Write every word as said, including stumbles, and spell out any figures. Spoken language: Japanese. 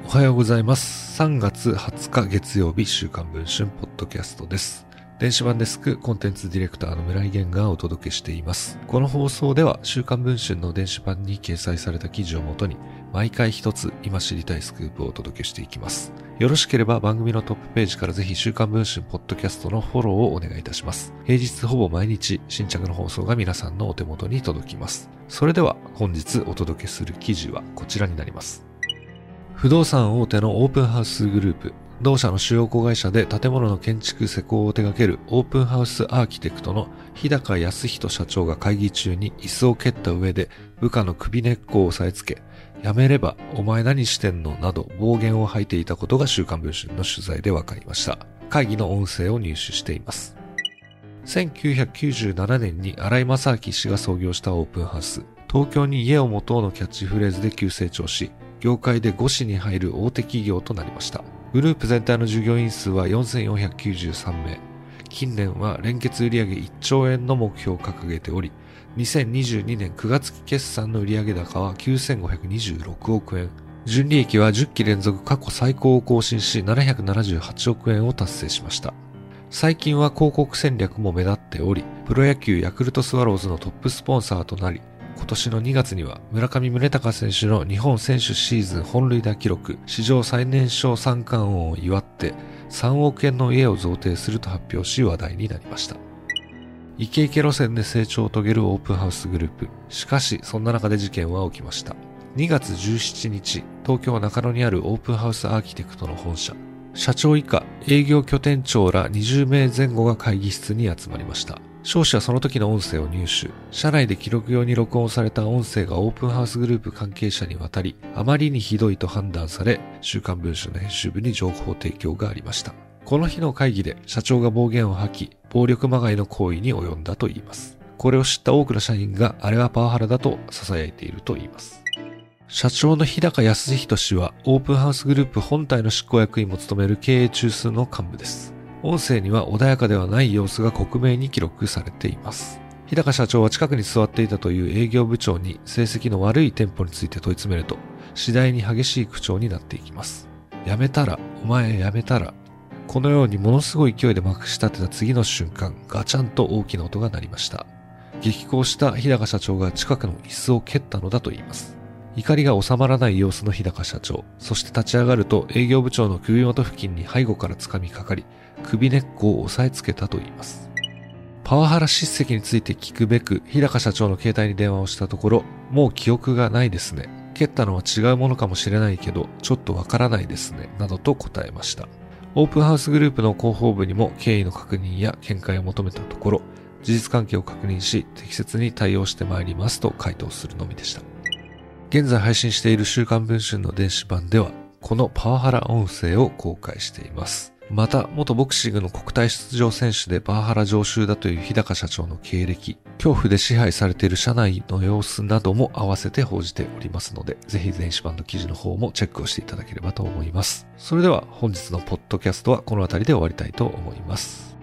おはようございます。さんがつはつか月曜日、週刊文春ポッドキャストです。電子版デスクコンテンツディレクターの村井源がお届けしています。この放送では週刊文春の電子版に掲載された記事をもとに毎回一つ今知りたいスクープをお届けしていきます。よろしければ番組のトップページからぜひ週刊文春ポッドキャストのフォローをお願いいたします。平日ほぼ毎日新着の放送が皆さんのお手元に届きます。それでは本日お届けする記事はこちらになります。不動産大手のオープンハウスグループ、同社の主要子会社で建物の建築施工を手掛けるオープンハウスアーキテクトの日高康人社長が会議中に椅子を蹴った上で部下の首根っこを押さえつけ、やめればお前何してんのなど暴言を吐いていたことが週刊文春の取材で分かりました。会議の音声を入手しています。せんきゅうひゃくきゅうじゅうななねんに新井正明氏が創業したオープンハウス、東京に家を持とうのキャッチフレーズで急成長し、業界でごしに入る大手企業となりました。グループ全体の従業員数はよんせんよんひゃくきゅうじゅうさんめい。近年は連結売上いっちょうえんの目標を掲げており、にせんにじゅうにねんくがつ期決算の売上高はきゅうせんごひゃくにじゅうろくおくえん。純利益はじゅっき連続過去最高を更新しななひゃくななじゅうはちおくえんを達成しました。最近は広告戦略も目立っており、プロ野球ヤクルトスワローズのトップスポンサーとなり、今年のにがつには村上宗隆選手の日本選手シーズン本塁打記録史上最年少三冠王を祝ってさんおくえんの家を贈呈すると発表し話題になりました。イケイケ路線で成長を遂げるオープンハウスグループ。しかしそんな中で事件は起きました。にがつじゅうしちにち、東京中野にあるオープンハウスアーキテクトの本社、社長以下営業拠点長らにじゅうめいぜん後が会議室に集まりました。商社はその時の音声を入手。社内で記録用に録音された音声がオープンハウスグループ関係者に渡り、あまりにひどいと判断され、週刊文春の編集部に情報提供がありました。この日の会議で社長が暴言を吐き、暴力まがいの行為に及んだといいます。これを知った多くの社員があれはパワハラだと囁いていると言います。社長の日高康人氏はオープンハウスグループ本体の執行役員も務める経営中枢の幹部です。音声には穏やかではない様子が克明に記録されています。日高社長は近くに座っていたという営業部長に成績の悪い店舗について問い詰めると、次第に激しい口調になっていきます。やめたら、お前やめたら。このようにものすごい勢いでまくし立てた次の瞬間、ガチャンと大きな音が鳴りました。激高した日高社長が近くの椅子を蹴ったのだと言います。怒りが収まらない様子の日高社長、そして立ち上がると営業部長の首元付近に背後から掴みかかり、首根っこを押さえつけたと言います。パワハラ叱責について聞くべく日高社長の携帯に電話をしたところ、もう記憶がないですね。蹴ったのは違うものかもしれないけど、ちょっとわからないですね。などと答えました。オープンハウスグループの広報部にも経緯の確認や見解を求めたところ、事実関係を確認し適切に対応してまいりますと回答するのみでした。現在配信している週刊文春の電子版では、このパワハラ音声を公開しています。また、元ボクシングの国体出場選手でパワハラ常習だという日高社長の経歴、恐怖で支配されている社内の様子なども合わせて報じておりますので、ぜひ電子版の記事の方もチェックをしていただければと思います。それでは本日のポッドキャストはこの辺りで終わりたいと思います。